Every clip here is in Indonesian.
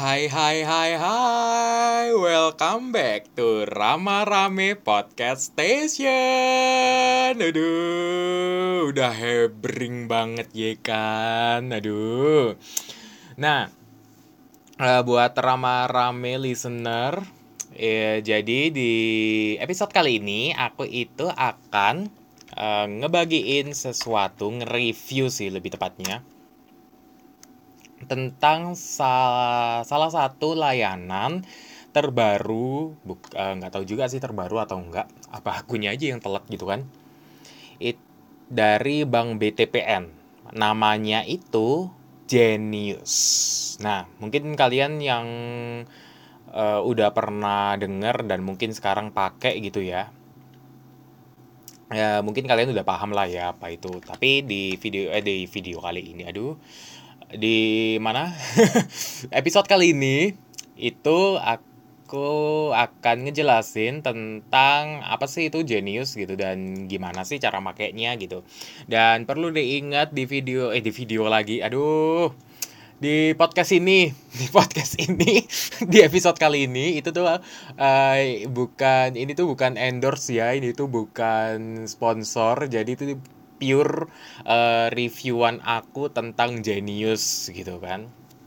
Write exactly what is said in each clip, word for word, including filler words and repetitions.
Hai hai hai hai, welcome back to Rama Rame Podcast Station. Aduh, udah hebring banget ya kan. Aduh. Nah, eh, buat Rama Rame listener, eh, jadi di episode kali ini aku itu akan eh, ngebagiin sesuatu, nge-review sih lebih tepatnya tentang salah salah satu layanan terbaru, buk, eh, nggak tahu juga sih terbaru atau enggak, apa akunya aja yang telat gitu kan. It dari Bank B T P N. Namanya itu Genius. Nah, mungkin kalian yang eh, udah pernah dengar dan mungkin sekarang pakai gitu ya. Ya, mungkin kalian udah paham lah ya apa itu. Tapi di video eh di video kali ini, aduh, di mana episode kali ini itu aku akan ngejelasin tentang apa sih itu Genius gitu dan gimana sih cara makainya gitu. Dan perlu diingat di video eh di video lagi. Aduh, di podcast ini, di podcast ini, di episode kali ini itu tuh eh, bukan ini tuh bukan endorse ya, ini tuh bukan sponsor. Jadi itu pure eh, reviewan aku tentang Genius gitu kan.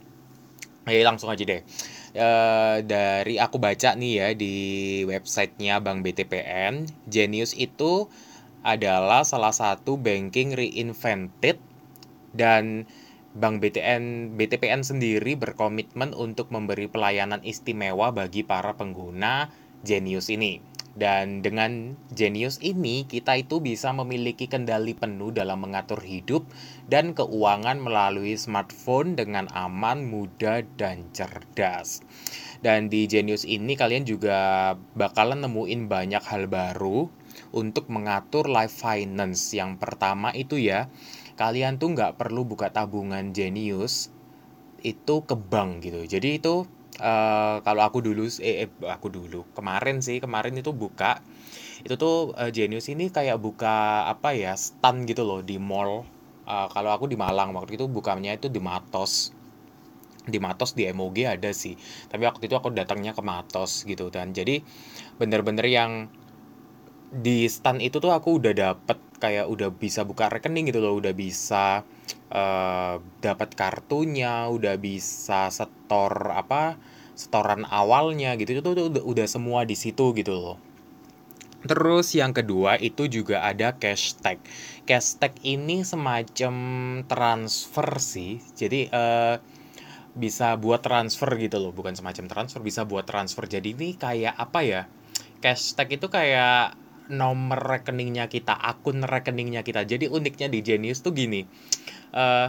Jadi langsung aja deh. Eh, dari aku baca nih ya di websitenya Bank B T P N, Genius itu adalah salah satu banking reinvented dan Bank B T N B T P N sendiri berkomitmen untuk memberi pelayanan istimewa bagi para pengguna Genius ini. Dan dengan Genius ini, kita itu bisa memiliki kendali penuh dalam mengatur hidup dan keuangan melalui smartphone dengan aman, mudah, dan cerdas. Dan di Genius ini kalian juga bakalan nemuin banyak hal baru untuk mengatur life finance. Yang pertama itu ya, kalian tuh nggak perlu buka tabungan Genius itu ke bank gitu. Jadi itu eh, kalau aku dulu eh, eh, aku dulu kemarin sih kemarin itu buka itu tuh eh, Genius ini kayak buka apa ya stand gitu loh di mall. Eh, kalau aku di Malang waktu itu bukanya itu di Matos. Di Matos di M O G ada sih. Tapi waktu itu aku datangnya ke Matos gitu dan jadi bener-bener yang di stand itu tuh aku udah dapet kayak udah bisa buka rekening gitu loh, udah bisa eh dapat kartunya, udah bisa setor apa setoran awalnya gitu itu tuh udah, udah semua di situ gitu loh. Terus yang kedua itu juga ada cashtag. Cashtag ini semacam transfer sih. Jadi eh, bisa buat transfer gitu loh, bukan semacam transfer, bisa buat transfer. Jadi ini kayak apa ya? Cashtag itu kayak nomor rekeningnya kita, akun rekeningnya kita. Jadi uniknya di Genius tuh gini, eh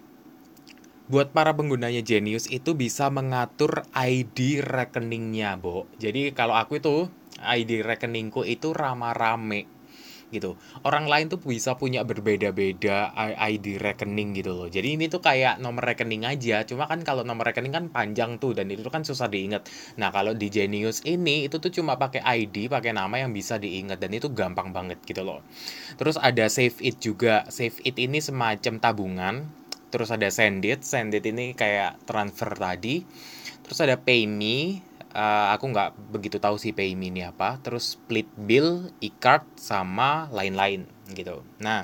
buat para penggunanya Genius itu bisa mengatur I D rekeningnya, Bo. Jadi kalau aku itu I D rekeningku itu rama-rame gitu. Orang lain tuh bisa punya berbeda-beda I D rekening gitu loh. Jadi ini tuh kayak nomor rekening aja. Cuma kan kalau nomor rekening kan panjang tuh dan itu kan susah diingat. Nah, kalau di Genius ini itu tuh cuma pakai I D, pakai nama yang bisa diingat dan itu gampang banget gitu loh. Terus ada Save It juga. Save It ini semacam tabungan. Terus ada Send It. Send It ini kayak transfer tadi. Terus ada PayMe. Uh, aku nggak begitu tahu sih PayMe ini apa. Terus Split Bill, e-card, sama lain-lain gitu. Nah,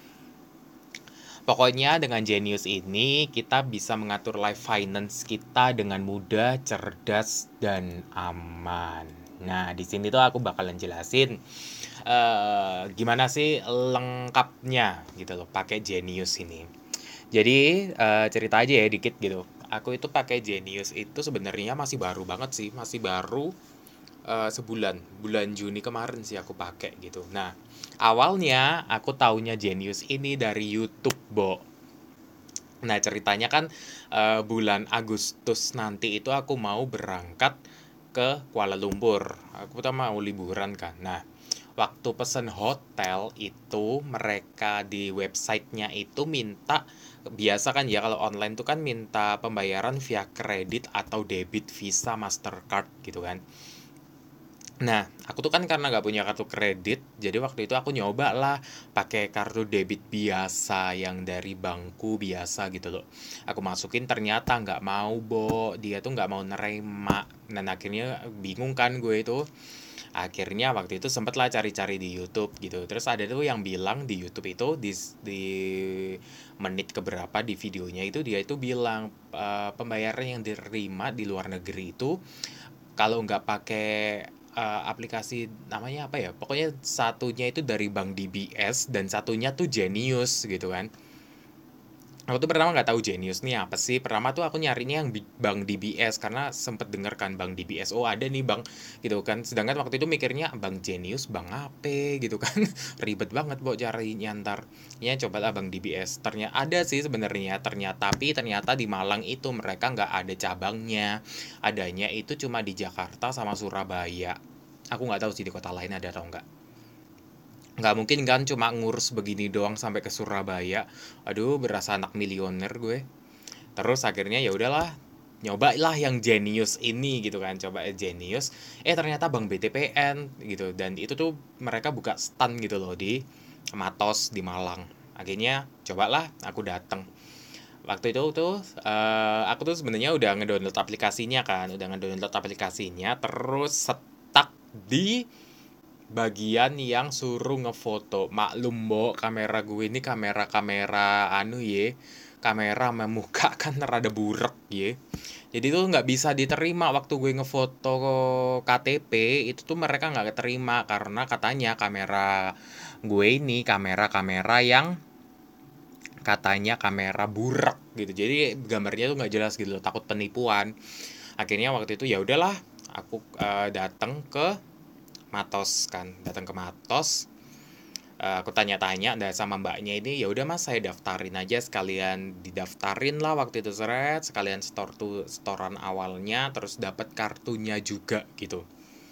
pokoknya dengan Genius ini kita bisa mengatur life finance kita dengan mudah, cerdas, dan aman. Nah, di sini tuh aku bakalan jelasin uh, gimana sih lengkapnya gitu loh pakai Genius ini. Jadi uh, cerita aja ya dikit gitu. Aku itu pakai Genius itu sebenarnya masih baru banget sih, masih baru eh, sebulan, bulan Juni kemarin sih aku pakai gitu. Nah, awalnya aku taunya Genius ini dari YouTube, Bo. Nah, ceritanya kan eh, bulan Agustus nanti itu aku mau berangkat ke Kuala Lumpur. Aku tuh mau liburan kan. Nah, waktu pesen hotel itu mereka di websitenya itu minta biasa kan ya kalau online tuh kan minta pembayaran via kredit atau debit Visa Mastercard gitu kan. Nah, aku tuh kan karena nggak punya kartu kredit, jadi waktu itu aku nyoba lah pakai kartu debit biasa yang dari bankku biasa gitu loh. Aku masukin ternyata nggak mau, Bo. Dia tuh nggak mau nerima. Dan akhirnya bingung kan gue itu. Akhirnya waktu itu sempet lah cari-cari di YouTube gitu. Terus ada tuh yang bilang di YouTube itu di, di menit keberapa di videonya itu dia itu bilang eh, pembayaran yang diterima di luar negeri itu kalau nggak pakai eh, aplikasi namanya apa ya, pokoknya satunya itu dari Bank D B S dan satunya tuh Genius gitu kan. Aku tuh pertama nggak tahu Genius nih apa sih. Pertama tuh aku nyarinya yang Bank D B S karena sempet denger kan Bank D B S, oh ada nih bank gitu kan. Sedangkan waktu itu mikirnya Bank Genius bank apa gitu kan. Ribet banget buat cari nyantar. Ya cobalah Bank D B S. Ternyata ada sih sebenarnya, ternyata tapi ternyata di Malang itu mereka nggak ada cabangnya. Adanya itu cuma di Jakarta sama Surabaya. Aku nggak tahu sih di kota lain ada atau enggak. Nggak mungkin kan cuma ngurus begini doang sampai ke Surabaya. Aduh, berasa anak milioner gue. Terus akhirnya ya udahlah, nyobalah yang Genius ini gitu kan. Coba Genius. Eh ternyata Bank B T P N gitu. Dan itu tuh mereka buka stand gitu loh di Matos di Malang. Akhirnya cobalah aku datang. Waktu itu tuh eh, aku tuh sebenarnya udah ngedownload aplikasinya kan, udah ngedownload aplikasinya terus stuck di bagian yang suruh ngefoto. Maklum, Bo, kamera gue ini kamera-kamera anu ye. Kamera memuka kan rada burek ye. Jadi tuh nggak bisa diterima waktu gue ngefoto K T P, itu tuh mereka nggak keterima karena katanya kamera gue ini kamera-kamera yang katanya kamera burek gitu. Jadi gambarnya tuh nggak jelas gitu loh, takut penipuan. Akhirnya waktu itu ya udahlah, aku eh, datang ke Matos kan, datang ke Matos. Eh, aku tanya-tanya dan sama mbaknya ini, ya udah mas saya daftarin aja sekalian, didaftarin lah waktu itu seret, sekalian store tuh setoran awalnya, terus dapat kartunya juga gitu.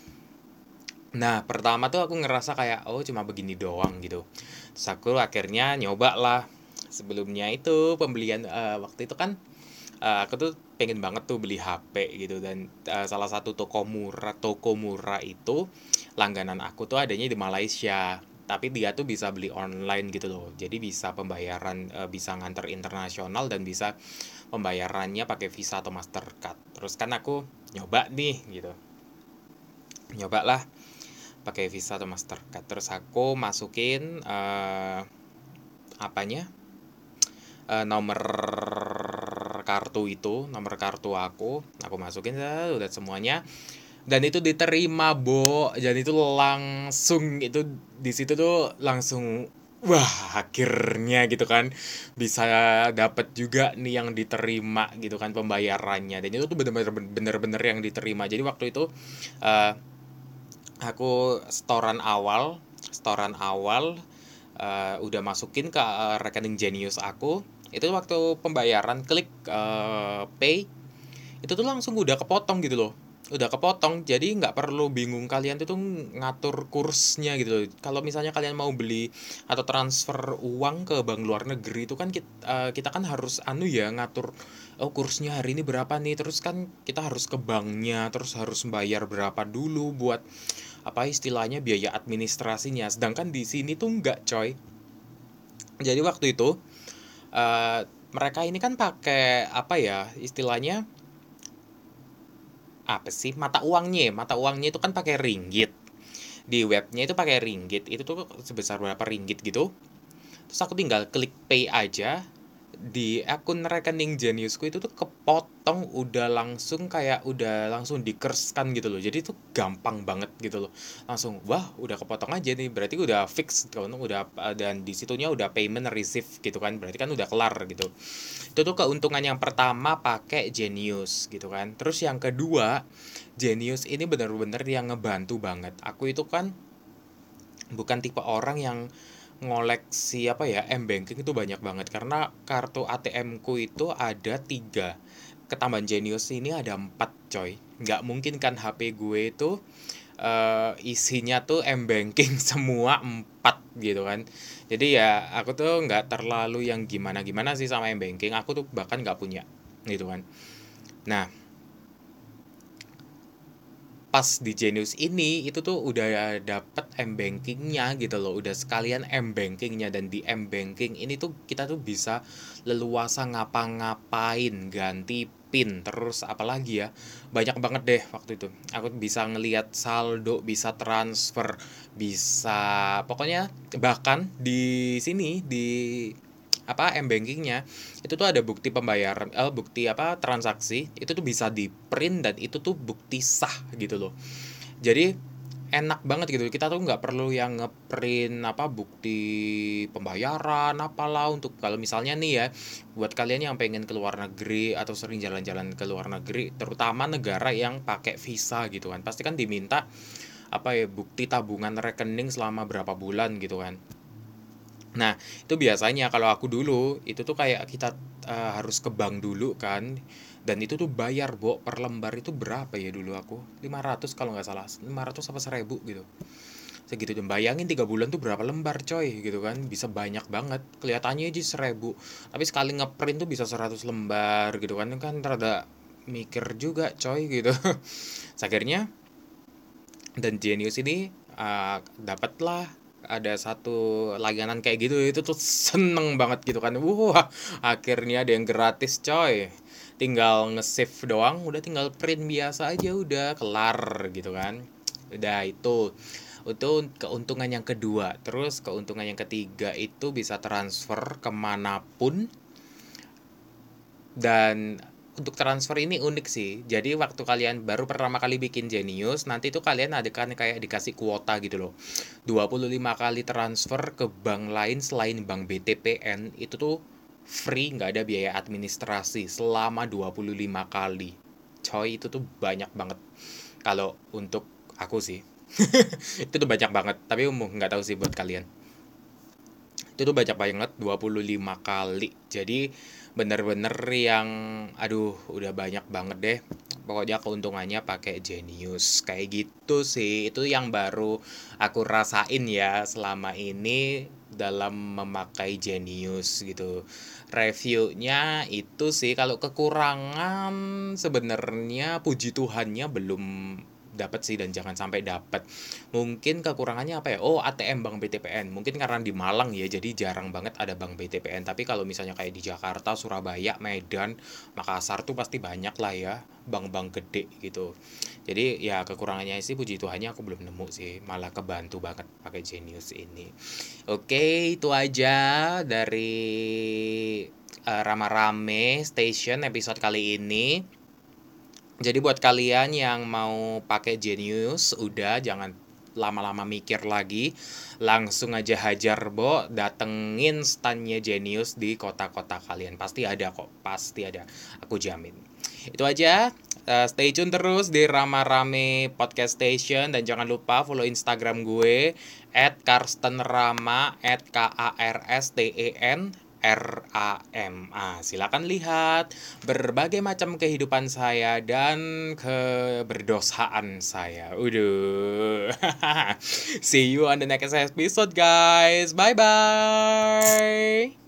Nah pertama tuh aku ngerasa kayak oh cuma begini doang gitu. Terus aku akhirnya nyoba lah. Sebelumnya itu pembelian eh, waktu itu kan eh, aku tuh pengen banget tuh beli H P gitu dan eh, salah satu toko murah toko murah itu langganan aku tuh adanya di Malaysia, tapi dia tuh bisa beli online gitu loh, jadi bisa pembayaran eh, bisa nganter internasional dan bisa pembayarannya pakai Visa atau Mastercard. Terus kan aku nyoba nih gitu, nyoba lah pakai Visa atau Mastercard. Terus aku masukin eh, apanya eh, nomor kartu itu, nomor kartu aku, aku masukin udah semuanya dan itu diterima, Bo. Dan itu langsung itu di situ tuh langsung wah, akhirnya gitu kan bisa dapat juga nih yang diterima gitu kan pembayarannya. Dan itu tuh bener-bener bener-bener yang diterima. Jadi waktu itu eh, aku setoran awal, setoran awal eh, udah masukin ke eh, rekening Genius aku. Itu waktu pembayaran klik eh, pay, itu tuh langsung udah kepotong gitu loh, udah kepotong, jadi nggak perlu bingung kalian tuh ngatur kursnya gitu loh. Kalau misalnya kalian mau beli atau transfer uang ke bank luar negeri itu kan kita, kita kan harus anu ya ngatur, oh kursnya hari ini berapa nih, terus kan kita harus ke banknya, terus harus bayar berapa dulu buat apa istilahnya biaya administrasinya, sedangkan di sini tuh nggak coy. Jadi waktu itu eh, mereka ini kan pakai apa ya istilahnya, apa sih mata uangnya ya? Mata uangnya itu kan pakai ringgit, di webnya itu pakai ringgit, itu tuh sebesar berapa ringgit gitu. Terus aku tinggal klik pay aja, di akun rekening Geniusku itu tuh kepotong udah langsung kayak udah langsung dikerskan gitu loh, jadi itu gampang banget gitu loh, langsung wah udah kepotong aja nih, berarti udah fix kalau udah, dan di situnya udah payment receive gitu kan, berarti kan udah kelar gitu. Itu tuh keuntungan yang pertama pakai Genius gitu kan. Terus yang kedua, Genius ini bener-bener yang ngebantu banget. Aku itu kan bukan tipe orang yang ngoleksi apa ya m-banking itu banyak banget, karena kartu A T M ku itu ada tiga, ketambahan Genius ini ada empat coy. Nggak mungkin kan H P gue itu eh, isinya tuh m-banking semua empat gitu kan. Jadi ya aku tuh nggak terlalu yang gimana-gimana sih sama m-banking, aku tuh bahkan nggak punya gitu kan. Nah pas di Genius ini itu tuh udah dapet m-bankingnya gitu loh, udah sekalian m-bankingnya, dan di m-banking ini tuh kita tuh bisa leluasa ngapa-ngapain, ganti pin, terus apalagi ya, banyak banget deh waktu itu. Aku bisa ngelihat saldo, bisa transfer, bisa pokoknya, bahkan di sini di apa m-bankingnya itu tuh ada bukti pembayaran, eh, bukti apa transaksi itu tuh bisa di print, dan itu tuh bukti sah gitu loh. Jadi enak banget gitu, kita tuh nggak perlu yang ngeprint apa bukti pembayaran apalah, untuk kalau misalnya nih ya, buat kalian yang pengen ke luar negeri atau sering jalan-jalan ke luar negeri, terutama negara yang pakai visa gitu kan, pasti kan diminta apa ya, bukti tabungan rekening selama berapa bulan gitu kan. Nah, itu biasanya kalau aku dulu, itu tuh kayak kita eh, harus ke bank dulu kan. Dan itu tuh bayar, Bo, per lembar itu berapa ya dulu aku? Lima ratus kalau nggak salah. Lima ratus apa seribu gitu. Segitu tuh. Bayangin tiga bulan tuh berapa lembar, coy, gitu kan. Bisa banyak banget. Kelihatannya aja seribu. Tapi sekali ngeprint tuh bisa seratus lembar gitu kan. Kan rada mikir juga, coy, gitu. Akhirnya, dan Genius ini uh, dapatlah ada satu layanan kayak gitu, itu tuh seneng banget gitu kan. Wah, akhirnya ada yang gratis, coy, tinggal nge-save doang, udah tinggal print biasa aja, udah kelar gitu kan. Udah itu itu keuntungan yang kedua. Terus keuntungan yang ketiga itu bisa transfer kemanapun. Dan untuk transfer ini unik sih. Jadi waktu kalian baru pertama kali bikin Genius, nanti itu kalian ada kan kayak dikasih kuota gitu loh. dua puluh lima kali transfer ke bank lain selain bank B T P N itu tuh free, nggak ada biaya administrasi selama dua puluh lima kali. Coy, itu tuh banyak banget. Kalau untuk aku sih. Itu tuh banyak banget, tapi umum nggak tahu sih buat kalian. Itu tuh banyak banget, dua puluh lima kali. Jadi bener-bener yang aduh udah banyak banget deh. Pokoknya keuntungannya pakai Genius kayak gitu sih. Itu yang baru aku rasain ya selama ini dalam memakai Genius gitu. Reviewnya itu sih, kalau kekurangan sebenarnya puji Tuhannya belum dapat sih, dan jangan sampai dapat. Mungkin kekurangannya apa ya? Oh, A T M Bank B T P N. Mungkin karena di Malang ya, jadi jarang banget ada Bank B T P N. Tapi kalau misalnya kayak di Jakarta, Surabaya, Medan, Makassar tuh pasti banyak lah ya bank-bank gede gitu. Jadi ya kekurangannya sih puji Tuhannya aku belum nemu sih. Malah kebantu banget pakai Genius ini. Oke, itu aja dari uh, Rama-Rame Station episode kali ini. Jadi buat kalian yang mau pakai Genius, udah jangan lama-lama mikir lagi, langsung aja hajar, Bo, datengin standnya Genius di kota-kota kalian. Pasti ada kok, pasti ada, aku jamin. Itu aja, uh, stay tune terus di Rama-Rame Podcast Station, dan jangan lupa follow Instagram gue at karstenrama, at K A R S T E N R A M A. Silakan lihat berbagai macam kehidupan saya dan keberdosaan saya. Udah. See you on the next episode, guys. Bye bye.